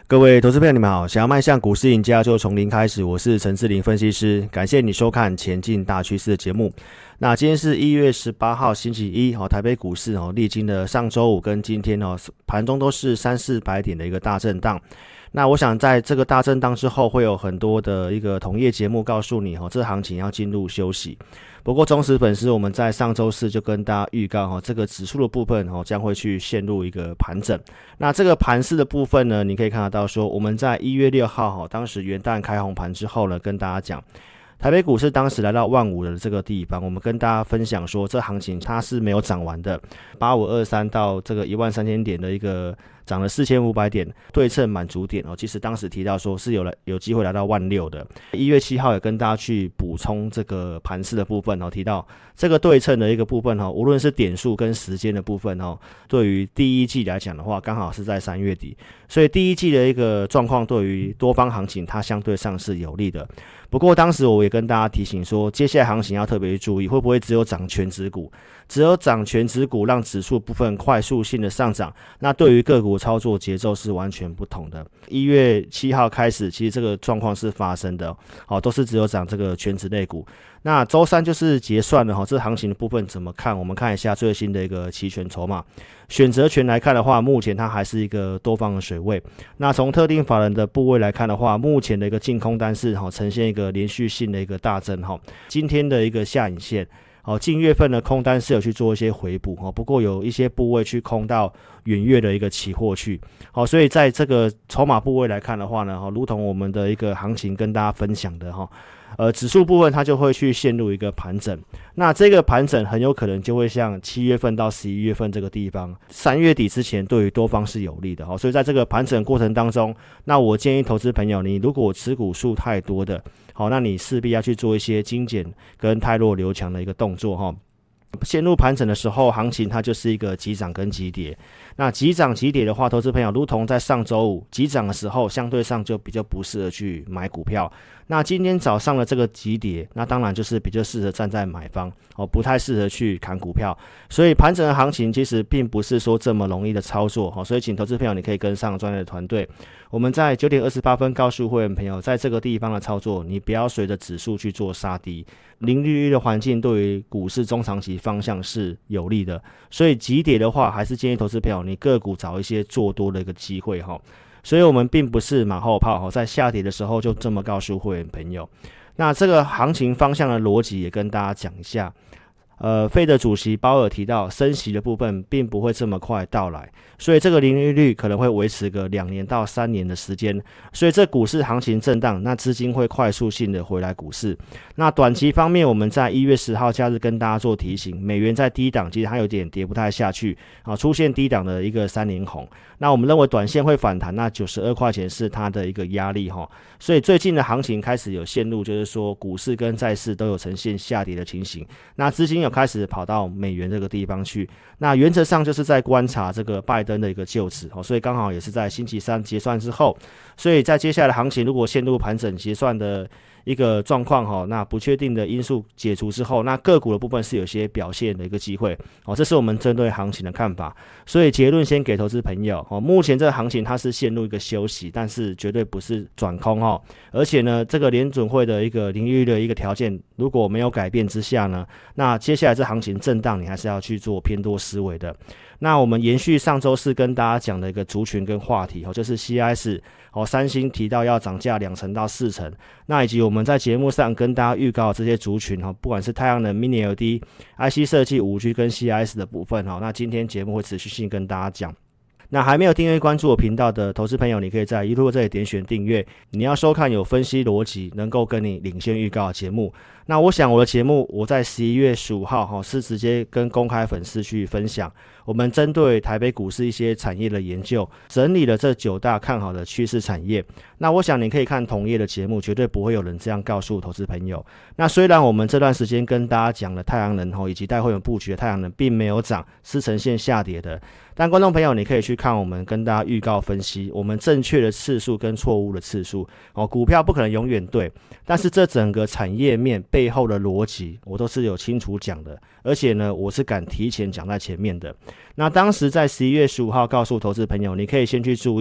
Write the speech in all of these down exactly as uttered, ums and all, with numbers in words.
各位投资朋友你们好，想要迈向股市赢家就从零开始，我是陈志霖分析师，感谢你收看前进大趋势的节目。那今天是一月十八号星期一，台北股市历经了上周五跟今天盘中都是三四百点的一个大震荡。那我想在这个大震荡之后，会有很多的一个同业节目告诉你这行情要进入休息。不过忠实粉丝，我们在上周四就跟大家预告这个指数的部分将会去陷入一个盘整。那这个盘势的部分呢，你可以看得到说，我们在一月六号当时元旦开红盘之后呢，跟大家讲台北股市当时来到万五的这个地方，我们跟大家分享说，这行情它是没有涨完的，八五二三到这个一万三千点的一个涨了四千五百点，对称满足点哦。其实当时提到说是有了有机会来到万六的。一月七号也跟大家去补充这个盘势的部分哦，提到这个对称的一个部分哦，无论是点数跟时间的部分哦，对于第一季来讲的话，刚好是在三月底，所以第一季的一个状况对于多方行情它相对上是有利的。不过当时我也跟大家提醒说，接下来行情要特别注意，会不会只有涨全指股，只有涨全指股让指数部分快速性的上涨，那对于个股操作节奏是完全不同的。一月七号开始，其实这个状况是发生的，哦，都是只有涨这个全指类股。那周三就是结算了，这行情的部分怎么看？我们看一下最新的一个期权筹码。选择权来看的话，目前它还是一个多方的水位。那从特定法人的部位来看的话，目前的一个净空单是呈现一个连续性的一个大增。今天的一个下影线，近月份的空单是有去做一些回补，不过有一些部位去空到远月的一个期货去。所以在这个筹码部位来看的话呢，如同我们的一个行情跟大家分享的呃，指数部分它就会去陷入一个盘整，那这个盘整很有可能就会像七月份到十一月份这个地方，三月底之前对于多方是有利的，所以在这个盘整过程当中，那我建议投资朋友，你如果持股数太多的，好，那你势必要去做一些精简跟汰弱留强的一个动作哈。陷入盘整的时候，行情它就是一个急涨跟急跌。那急涨急跌的话，投资朋友如同在上周五急涨的时候，相对上就比较不适合去买股票。那今天早上的这个急跌，那当然就是比较适合站在买方哦，不太适合去砍股票。所以盘整的行情其实并不是说这么容易的操作哦，所以请投资朋友你可以跟上专业的团队。我们在九点二十八分告诉会员朋友，在这个地方的操作，你不要随着指数去做杀低。零利率的环境对于股市中长期方向是有利的，所以急跌的话，还是建议投资朋友你个股找一些做多的一个机会哈。所以我们并不是马后炮，在下跌的时候就这么告诉会员朋友。那这个行情方向的逻辑也跟大家讲一下。呃，费德主席鲍尔提到，升息的部分并不会这么快到来，所以这个零利率可能会维持个两年到三年的时间，所以这股市行情震荡，那资金会快速性的回来股市。那短期方面，我们在一月十号假日跟大家做提醒，美元在低档，其实它有点跌不太下去，啊，出现低档的一个三连红。那我们认为短线会反弹，那九十二块钱是它的一个压力哈，所以最近的行情开始有陷入，就是说股市跟债市都有呈现下跌的情形，那资金有开始跑到美元这个地方去，那原则上就是在观察这个拜登的一个就职，所以刚好也是在星期三结算之后，所以在接下来的行情如果陷入盘整结算的一个状况，那不确定的因素解除之后，那个股的部分是有些表现的一个机会，这是我们针对行情的看法。所以结论先给投资朋友，目前这个行情它是陷入一个休息，但是绝对不是转空，而且呢这个联准会的一个零利率的一个条件如果没有改变之下呢，那接下来这行情震荡你还是要去做偏多思维的。那我们延续上周四跟大家讲的一个族群跟话题，就是 C I S、哦、三星提到要涨价两成到四成，那以及我们在节目上跟大家预告这些族群，不管是太阳能、Mini L E D、I C 设计、五 G 跟 C I S 的部分，那今天节目会持续性跟大家讲。那还没有订阅关注我频道的投资朋友，你可以在 YouTube 这里点选订阅，你要收看有分析逻辑能够跟你领先预告的节目。那我想我的节目我在十一月十五号是直接跟公开粉丝去分享，我们针对台北股市一些产业的研究，整理了这九大看好的趋势产业。那我想你可以看同业的节目，绝对不会有人这样告诉投资朋友。那虽然我们这段时间跟大家讲了太阳能以及带会员布局的太阳能并没有涨，是呈现下跌的，但观众朋友你可以去看我们跟大家预告分析，我们正确的次数跟错误的次数，哦，股票不可能永远对，但是这整个产业面背后的逻辑我都是有清楚讲的，而且呢我是敢提前讲在前面的。那当时在十一月十五号告诉投资朋友，你可以先去注意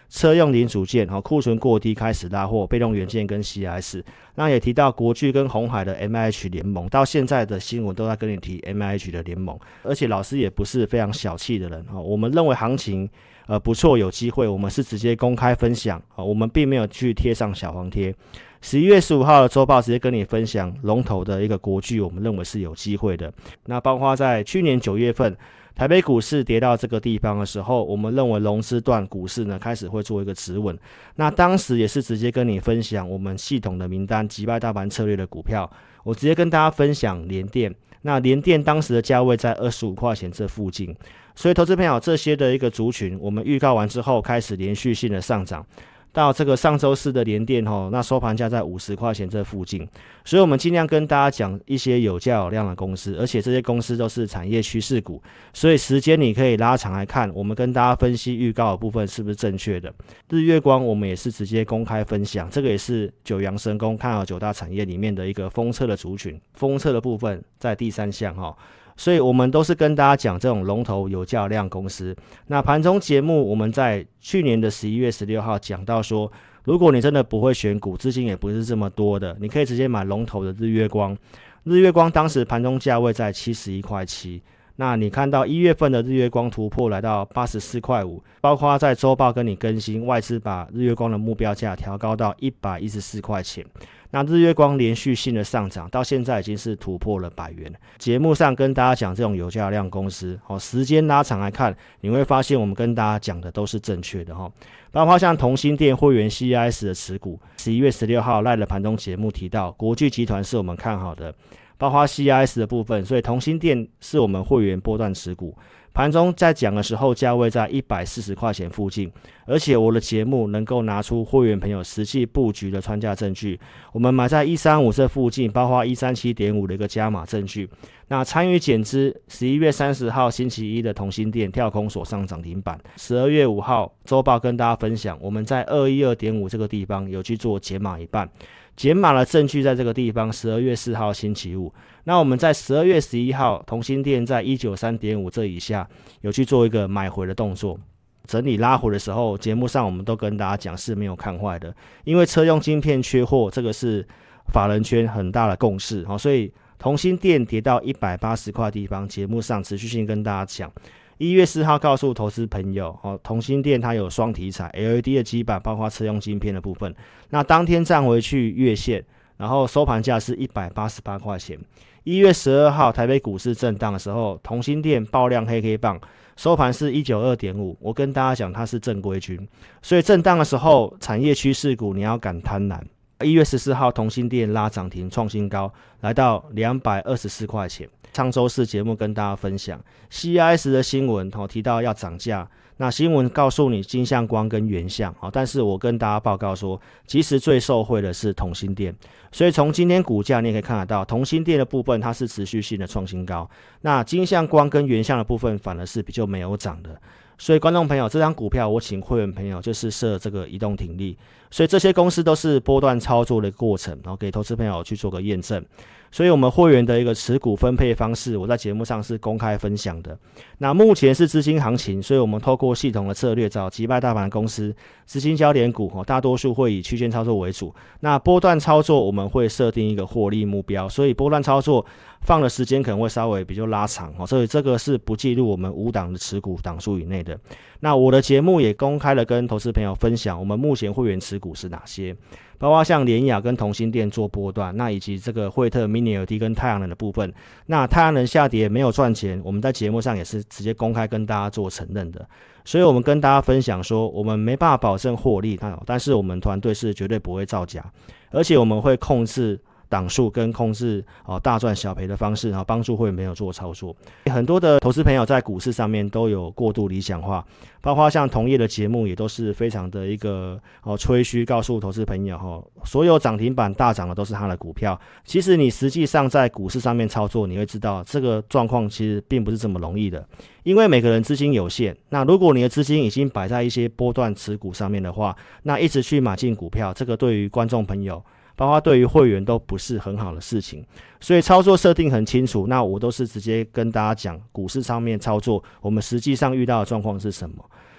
车用零组件库存过低开始拉货，被动元件跟 C I S。 那也提到国巨跟鸿海的 M I H 联盟，到现在的新闻都在跟你提 M I H 的联盟。而且老师也不是非常小气的人，我们认为行情呃不错，有机会，我们是直接公开分享，我们并没有去贴上小黄贴。十一月十五号的周报直接跟你分享龙头的一个国巨，我们认为是有机会的。那包括在去年九月份台北股市跌到这个地方的时候，我们认为融资段股市呢开始会做一个止稳。那当时也是直接跟你分享我们系统的名单击败大盘策略的股票，我直接跟大家分享联电。那联电当时的价位在二十五块钱这附近，所以投资朋友这些的一个族群，我们预告完之后开始连续性的上涨。到这个上周四的联电齁，那收盘价在五十块钱这附近，所以我们尽量跟大家讲一些有价有量的公司，而且这些公司都是产业趋势股，所以时间你可以拉长来看，我们跟大家分析预告的部分是不是正确的。日月光我们也是直接公开分享，这个也是九阳神功看好九大产业里面的一个封测的族群，封测的部分在第三项齁。所以我们都是跟大家讲这种龙头有价量公司。那盘中节目我们在去年的十一月十六号讲到说，如果你真的不会选股，资金也不是这么多的，你可以直接买龙头的日月光。日月光当时盘中价位在七十一块七，那你看到一月份的日月光突破来到八十四块五，包括在周报跟你更新，外资把日月光的目标价调高到一百一十四块钱。那日月光连续性的上涨，到现在已经是突破了百元。节目上跟大家讲这种有价量公司，哦，时间拉长来看，你会发现我们跟大家讲的都是正确的哈。包括像同心电会员 C I S 的持股，十一月十六号赖的盘中节目提到，国巨集团是我们看好的，包括 C I S 的部分，所以同心电是我们会员波段持股。盘中在讲的时候，价位在一百四十块钱附近，而且我的节目能够拿出会员朋友实际布局的穿价证据，我们买在一三五这附近，包括 一三七点五 的一个加码证据。那参与减资，十一月三十号星期一的同心电跳空锁上涨停板，十二月五号周报跟大家分享，我们在 二一二点五 这个地方有去做减码一半，减码的证据在这个地方，十二月四号星期五。那我们在十二月十一号同心电在 一九三点五 这以下有去做一个买回的动作，整理拉回的时候，节目上我们都跟大家讲是没有看坏的，因为车用晶片缺货，这个是法人圈很大的共识，所以同心电跌到一百八十块地方，节目上持续性跟大家讲。一月四号告诉投资朋友，哦，同心电它有双题材 L E D 的基板，包括车用晶片的部分。那当天站回去月线，然后收盘价是一百八十八块钱。一月十二号台北股市震荡的时候，同心电爆量黑 K 棒，收盘是 一九二点五。我跟大家讲，它是正规军，所以震荡的时候，产业趋势股你要敢贪婪。一月十四号同心电拉涨停创新高，来到两百二十四块钱。上周四节目跟大家分享 C I S 的新闻，哦，提到要涨价，那新闻告诉你金相光跟原相，哦，但是我跟大家报告说，其实最受惠的是同心电，所以从今天股价你也可以看得到，同心电的部分它是持续性的创新高，那金相光跟原相的部分反而是比较没有涨的。所以观众朋友，这张股票我请会员朋友就是设这个移动停利，所以这些公司都是波段操作的过程，然后给投资朋友去做个验证。所以我们会员的一个持股分配方式，我在节目上是公开分享的。那目前是资金行情，所以我们透过系统的策略找击败大盘的公司，资金焦点股，大多数会以区间操作为主。那波段操作我们会设定一个获利目标，所以波段操作放的时间可能会稍微比较拉长，所以这个是不计入我们五档的持股档数以内的。那我的节目也公开了跟投资朋友分享，我们目前会员持股是哪些，包括像联亚跟同心电做波段，那以及这个惠特 Mini L E D 跟太阳能的部分。那太阳能下跌没有赚钱，我们在节目上也是直接公开跟大家做承认的。所以我们跟大家分享说，我们没办法保证获利，但是我们团队是绝对不会造假，而且我们会控制档数跟控制、哦、大赚小赔的方式，然后帮助会员朋友做操作。很多的投资朋友在股市上面都有过度理想化，包括像同业的节目也都是非常的一个、哦、吹嘘，告诉投资朋友、哦、所有涨停板大涨的都是他的股票。其实你实际上在股市上面操作，你会知道这个状况其实并不是这么容易的，因为每个人资金有限。那如果你的资金已经摆在一些波段持股上面的话，那一直去买进股票，这个对于观众朋友包括对于会员都不是很好的事情，所以操作设定很清楚。那我都是直接跟大家讲股市上面操作我们实际上遇到的状况是什么。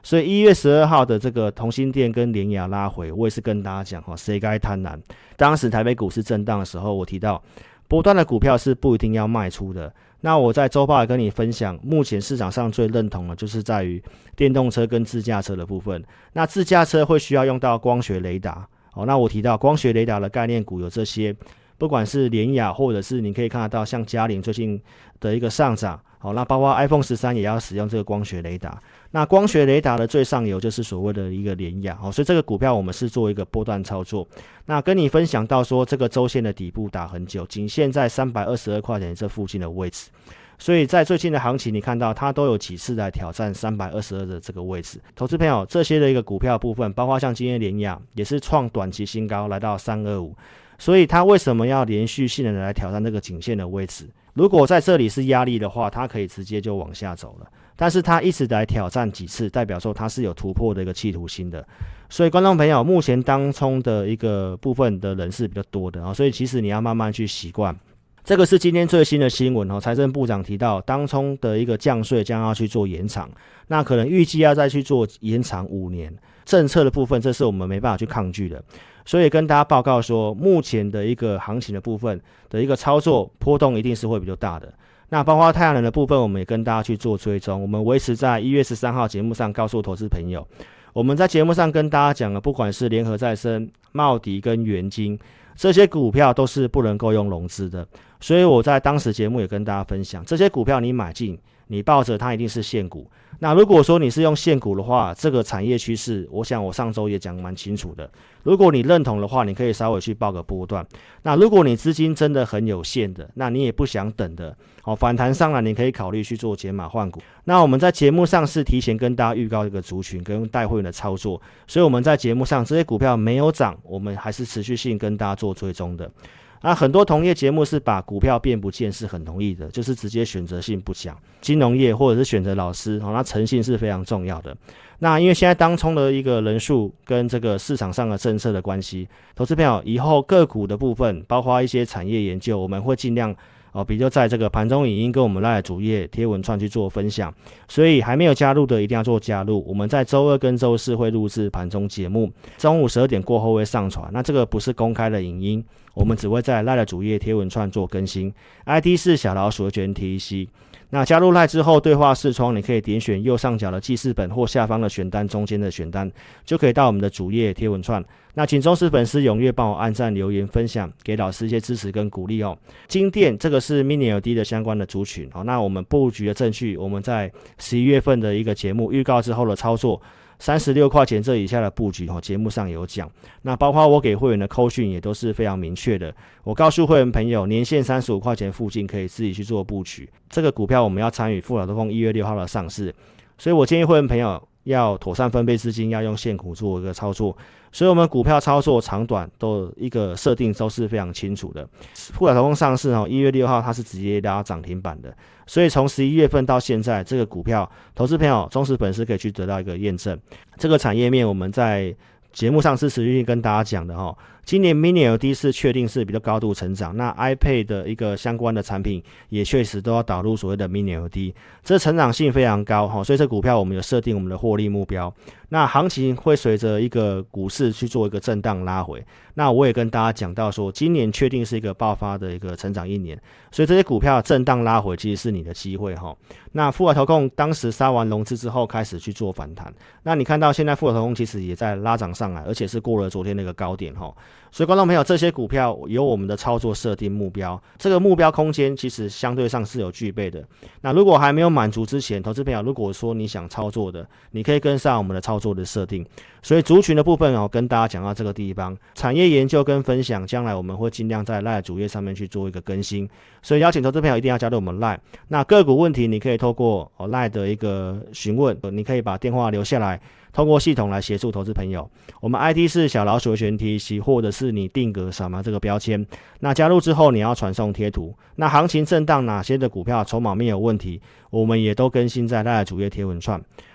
所以一月十二号的这个同心店跟联亚拉回，我也是跟大家讲哈，谁该贪婪？当时台北股市震荡的时候，我提到波段的股票是不一定要卖出的。那我在周报也跟你分享，目前市场上最认同的就是在于电动车跟自驾车的部分。那自驾车会需要用到光学雷达，哦，那我提到光学雷达的概念股有这些，不管是联亚或者是你可以看得到像嘉陵最近的一个上涨，好，那包括 iPhone 十三也要使用这个光学雷达。那光学雷达的最上游就是所谓的一个联亚，所以这个股票我们是做一个波段操作。那跟你分享到说，这个周线的底部打很久，仅限在三百二十二块钱这附近的位置。所以在最近的行情，你看到它都有几次来挑战三百二十二的这个位置。投资朋友，这些的一个股票部分，包括像今天联亚也是创短期新高，来到三二五。所以它为什么要连续性的来挑战这个颈线的位置？如果在这里是压力的话，它可以直接就往下走了。但是它一直来挑战几次，代表说它是有突破的一个企图心的。所以观众朋友，目前当冲的一个部分的人是比较多的，所以其实你要慢慢去习惯。这个是今天最新的新闻，财政部长提到当冲的一个降税将要去做延长，那可能预计要再去做延长五年。政策的部分，这是我们没办法去抗拒的。所以跟大家报告说，目前的一个行情的部分的一个操作波动一定是会比较大的。那包括太阳能的部分，我们也跟大家去做追踪。我们维持在一月十三号节目上告诉投资朋友，我们在节目上跟大家讲了，不管是联合再生、茂迪跟元晶这些股票都是不能够用融资的。所以我在当时节目也跟大家分享，这些股票你买进，你抱着它一定是现股。那如果说你是用现股的话，这个产业趋势，我想我上周也讲蛮清楚的。如果你认同的话，你可以稍微去报个波段。那如果你资金真的很有限的，那你也不想等的，哦，反弹上来你可以考虑去做减码换股。那我们在节目上是提前跟大家预告一个族群跟带会员的操作，所以我们在节目上这些股票没有涨，我们还是持续性跟大家做追踪的。那很多同业节目是把股票变不见是很容易的，就是直接选择性不讲。金融业或者是选择老师，哦，那诚信是非常重要的。那因为现在当冲的一个人数跟这个市场上的政策的关系，投资朋友以后个股的部分，包括一些产业研究，我们会尽量哦，比如在这个盘中影音跟我们赖主页贴文串去做分享，所以还没有加入的一定要做加入。我们在周二跟周四会录制盘中节目，中午十二点过后会上传。那这个不是公开的影音，我们只会在赖的主页贴文串做更新。I D 是小老鼠的全 T E C。那加入赖之后，对话视窗你可以点选右上角的记事本或下方的选单中间的选单，就可以到我们的主页贴文串。那请忠实粉丝踊跃帮我按赞、留言、分享，给老师一些支持跟鼓励哦。金电这个是 Mini L E D 的相关的族群，好，那我们布局的证据，我们在十一月份的一个节目预告之后的操作。三十六块钱这以下的布局，节目上有讲。那包括我给会员的扣讯也都是非常明确的。我告诉会员朋友，年限三十五块钱附近可以自己去做布局。这个股票我们要参与富老多空一月六号的上市，所以我建议会员朋友要妥善分配资金，要用现股做一个操作。所以我们股票操作长短都一个设定都是非常清楚的。富老多空上市一月六号它是直接拉涨停板的，所以从十一月份到现在，这个股票投资朋友忠实粉丝可以去得到一个验证。这个产业面我们在节目上是持续跟大家讲的齁，今年 Mini L E D 是确定是比较高度成长，那 iPad 的一个相关的产品也确实都要导入所谓的 Mini L E D， 这成长性非常高齁，所以这股票我们有设定我们的获利目标。那行情会随着一个股市去做一个震荡拉回，那我也跟大家讲到说，今年确定是一个爆发的一个成长一年，所以这些股票震荡拉回其实是你的机会齁。那富华投控当时杀完融资之后开始去做反弹，那你看到现在富华投控其实也在拉涨上来，而且是过了昨天那个高点齁。所以观众朋友，这些股票有我们的操作设定目标，这个目标空间其实相对上是有具备的。那如果还没有满足之前，投资朋友如果说你想操作的，你可以跟上我们的操作的设定。所以族群的部分哦，跟大家讲到这个地方，产业研究跟分享，将来我们会尽量在 LINE 主页上面去做一个更新。所以邀请投资朋友一定要加入我们 LINE。那个股问题你可以透过 LINE 的一个询问，你可以把电话留下来，通过系统来协助投资朋友。我们 I D 是小老鼠全 T E C， 或者是你定格扫描这个标签。那加入之后你要传送贴图。那行情震荡哪些的股票筹码面有问题，我们也都更新在 LINE 主页贴文串。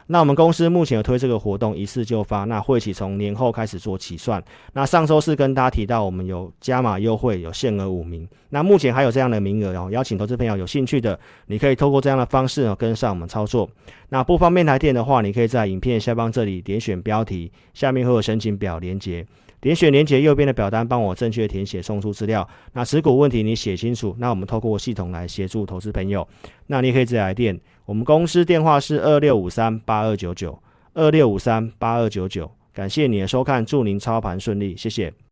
那我们公司目前有推这个活动，一次就发，那会期从年后开始做起算。那上周四跟大家提到，我们有加码优惠，有限额五名。那目前还有这样的名额哦，邀请投资朋友有兴趣的，你可以透过这样的方式哦跟上我们操作。那不方便来电的话，你可以在影片下方这里点选标题，下面会有申请表连结。点选连结右边的表单，帮我正确填写送出资料。那持股问题你写清楚，那我们透过系统来协助投资朋友。那你可以直接来电，我们公司电话是二六五三八二九九 二六五三八二九九。感谢你的收看，祝您操盘顺利，谢谢。